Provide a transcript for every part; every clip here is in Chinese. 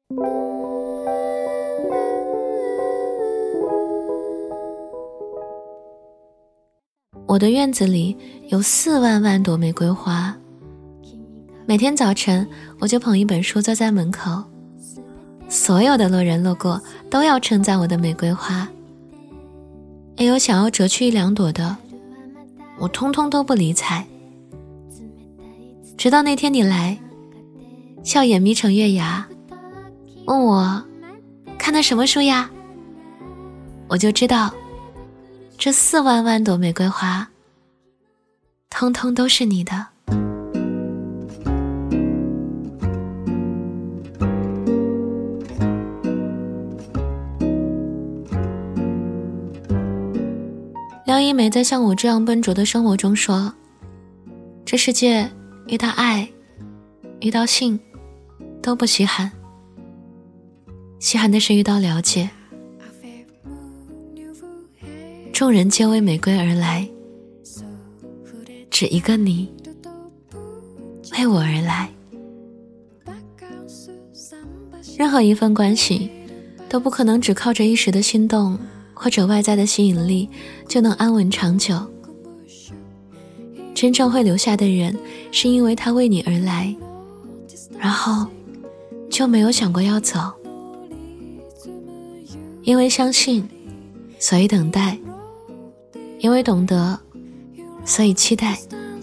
我的院子里有4万万朵玫瑰花，每天早晨我就捧一本书坐在门口，所有的路人路过都要称赞我的玫瑰花，也有想要折去1、2朵的，我通通都不理睬。直到那天你来，笑眼眯成月牙，问我看的什么书呀，我就知道这4万万朵玫瑰花通通都是你的。廖一梅在像我这样笨拙的生活中说，这世界遇到爱遇到性都不稀罕，稀罕的是遇到了解。众人皆为玫瑰而来，只一个你为我而来。任何一份关系都不可能只靠着一时的心动或者外在的吸引力就能安稳长久，真正会留下的人是因为他为你而来，然后就没有想过要走。因为相信所以等待，因为懂得所以期待。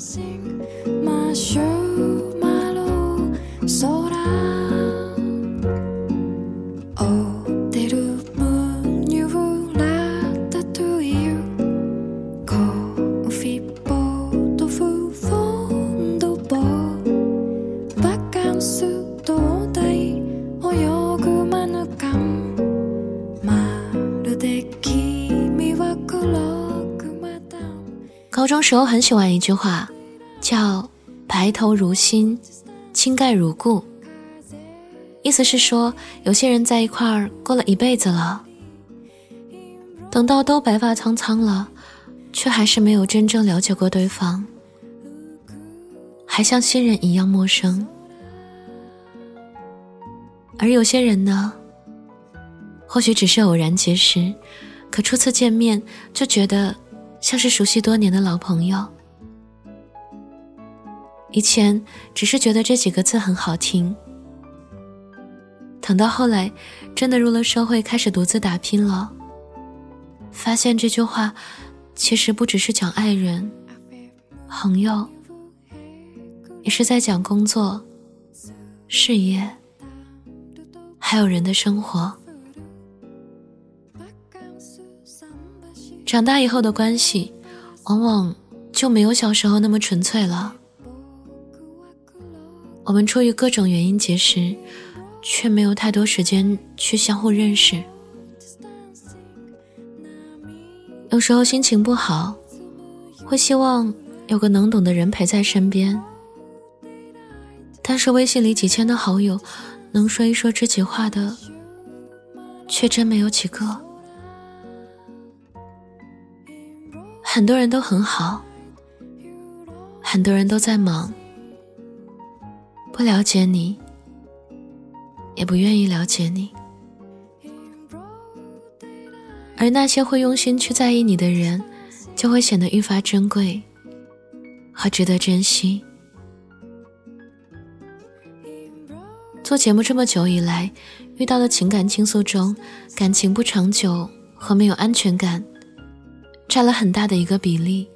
高中时候很喜欢一句话，叫白头如新，青盖如故。意思是说，有些人在一块儿过了一辈子了，等到都白发苍苍了，却还是没有真正了解过对方，还像新人一样陌生。而有些人呢，或许只是偶然结识，可初次见面就觉得像是熟悉多年的老朋友。以前只是觉得这几个字很好听，等到后来真的入了社会，开始独自打拼了，发现这句话其实不只是讲爱人朋友，也是在讲工作事业还有人的生活。长大以后的关系往往就没有小时候那么纯粹了，我们出于各种原因结识，却没有太多时间去相互认识。有时候心情不好，会希望有个能懂的人陪在身边，但是微信里几千的好友，能说一说知己话的却真没有几个。很多人都很好，很多人都在忙，不了解你，也不愿意了解你。而那些会用心去在意你的人，就会显得愈发珍贵和值得珍惜。做节目这么久以来，遇到的情感倾诉中，感情不长久和没有安全感占了很大的一个比例。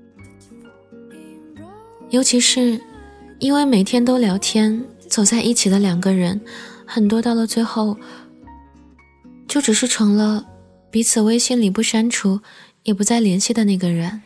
尤其是因为每天都聊天走在一起的2个人，很多到了最後就只是成了彼此微信里不删除也不再联系的那个人。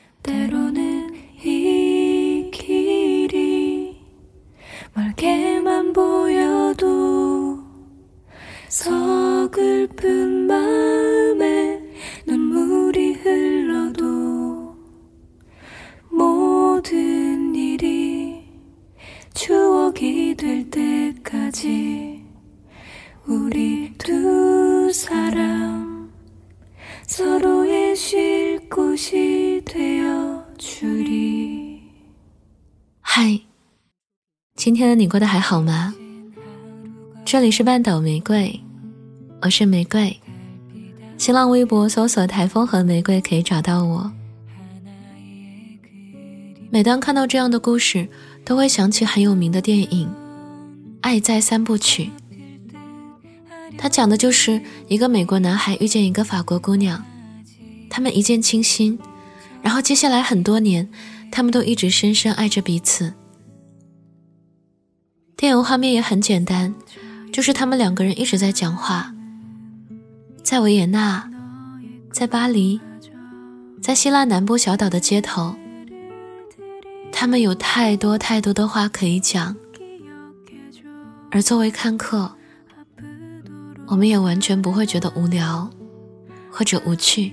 嗨，今天的你过得还好吗？ 这里是半岛玫瑰，我是玫瑰。新浪微博搜索台风和玫瑰可以找到我。每当看到这样的故事，都会想起很有名的电影《爱在三部曲》。它讲的就是一个美国男孩遇见一个法国姑娘，他们一见倾心，然后接下来很多年，他们都一直深深爱着彼此。电影画面也很简单，就是他们两个人一直在讲话，在维也纳，在巴黎，在希腊南部小岛的街头，他们有太多太多的话可以讲，而作为看客，我们也完全不会觉得无聊或者无趣。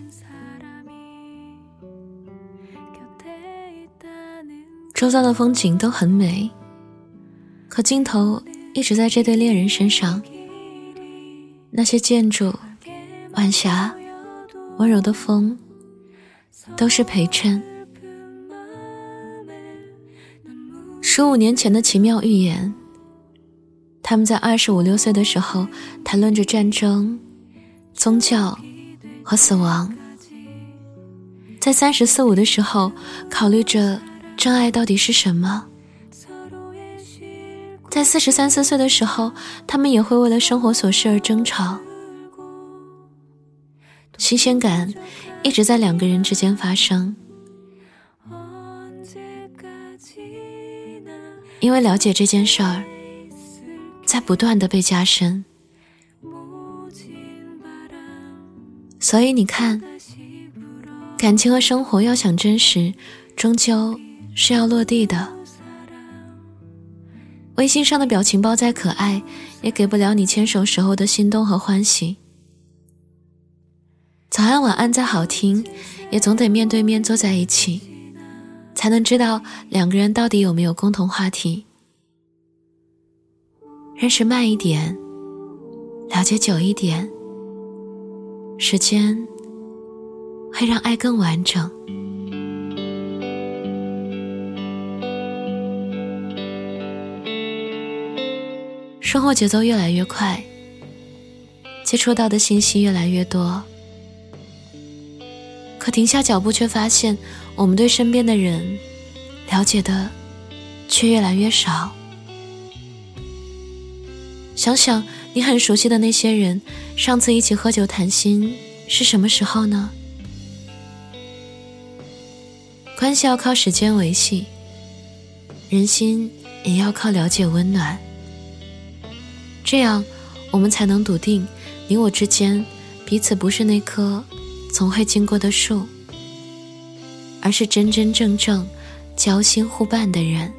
周遭的风景都很美，可镜头一直在这对恋人身上。那些建筑、晚霞、温柔的风，都是陪衬。15年前的奇妙预言，他们在25、26岁的时候谈论着战争、宗教和死亡，在34、35的时候考虑着真爱到底是什么，在43、44岁的时候，他们也会为了生活琐事而争吵。新鲜感一直在两个人之间发生，因为了解这件事儿，在不断地被加深。所以你看，感情和生活要想真实，终究是要落地的。微信上的表情包再可爱，也给不了你牵手时候的心动和欢喜。早安晚安再好听，也总得面对面坐在一起，才能知道两个人到底有没有共同话题。认识慢一点，了解久一点，时间会让爱更完整。生活节奏越来越快，接触到的信息越来越多，可停下脚步却发现我们对身边的人了解的却越来越少。想想你很熟悉的那些人，上次一起喝酒谈心是什么时候呢？关系要靠时间维系，人心也要靠了解温暖，这样我们才能笃定你我之间彼此不是那棵总会经过的树，而是真真正正交心互伴的人。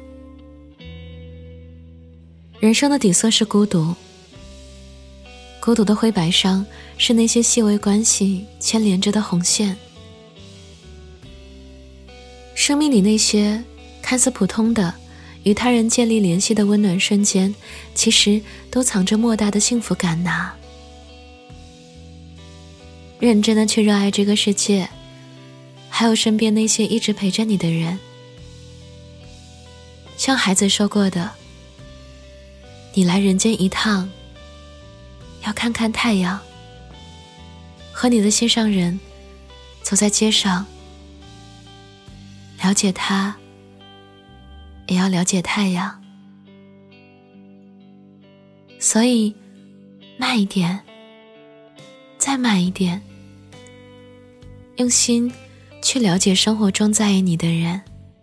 人生的底色是孤独，孤独的灰白上是那些细微关系牵连着的红线。生命里那些看似普通的与他人建立联系的温暖瞬间，其实都藏着莫大的幸福感呐。认真的去热爱这个世界，还有身边那些一直陪着你的人。像孩子说过的，你来人间一趟，要看看太阳，和你的心上人走在街上，了解他，也要了解太阳。所以慢一点，再慢一点，用心去了解生活中在意你的人。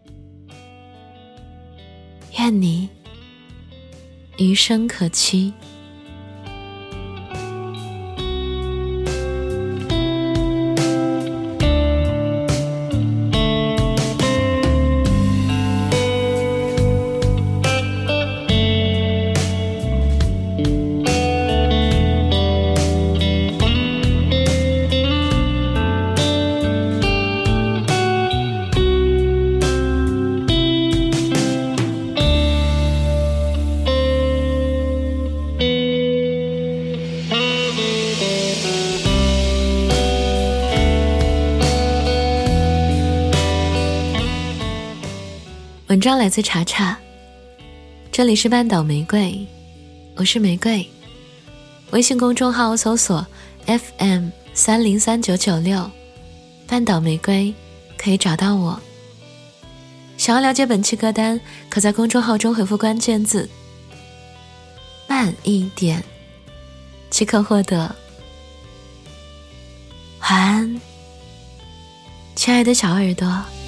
愿你余生可期。文章来自查查，这里是半岛玫瑰，我是玫瑰。 微信公众号搜索 FM303996 半岛玫瑰，可以找到我。想要了解本期歌单，可在公众号中回复关键字慢一点，即可获得。晚安，亲爱的小耳朵。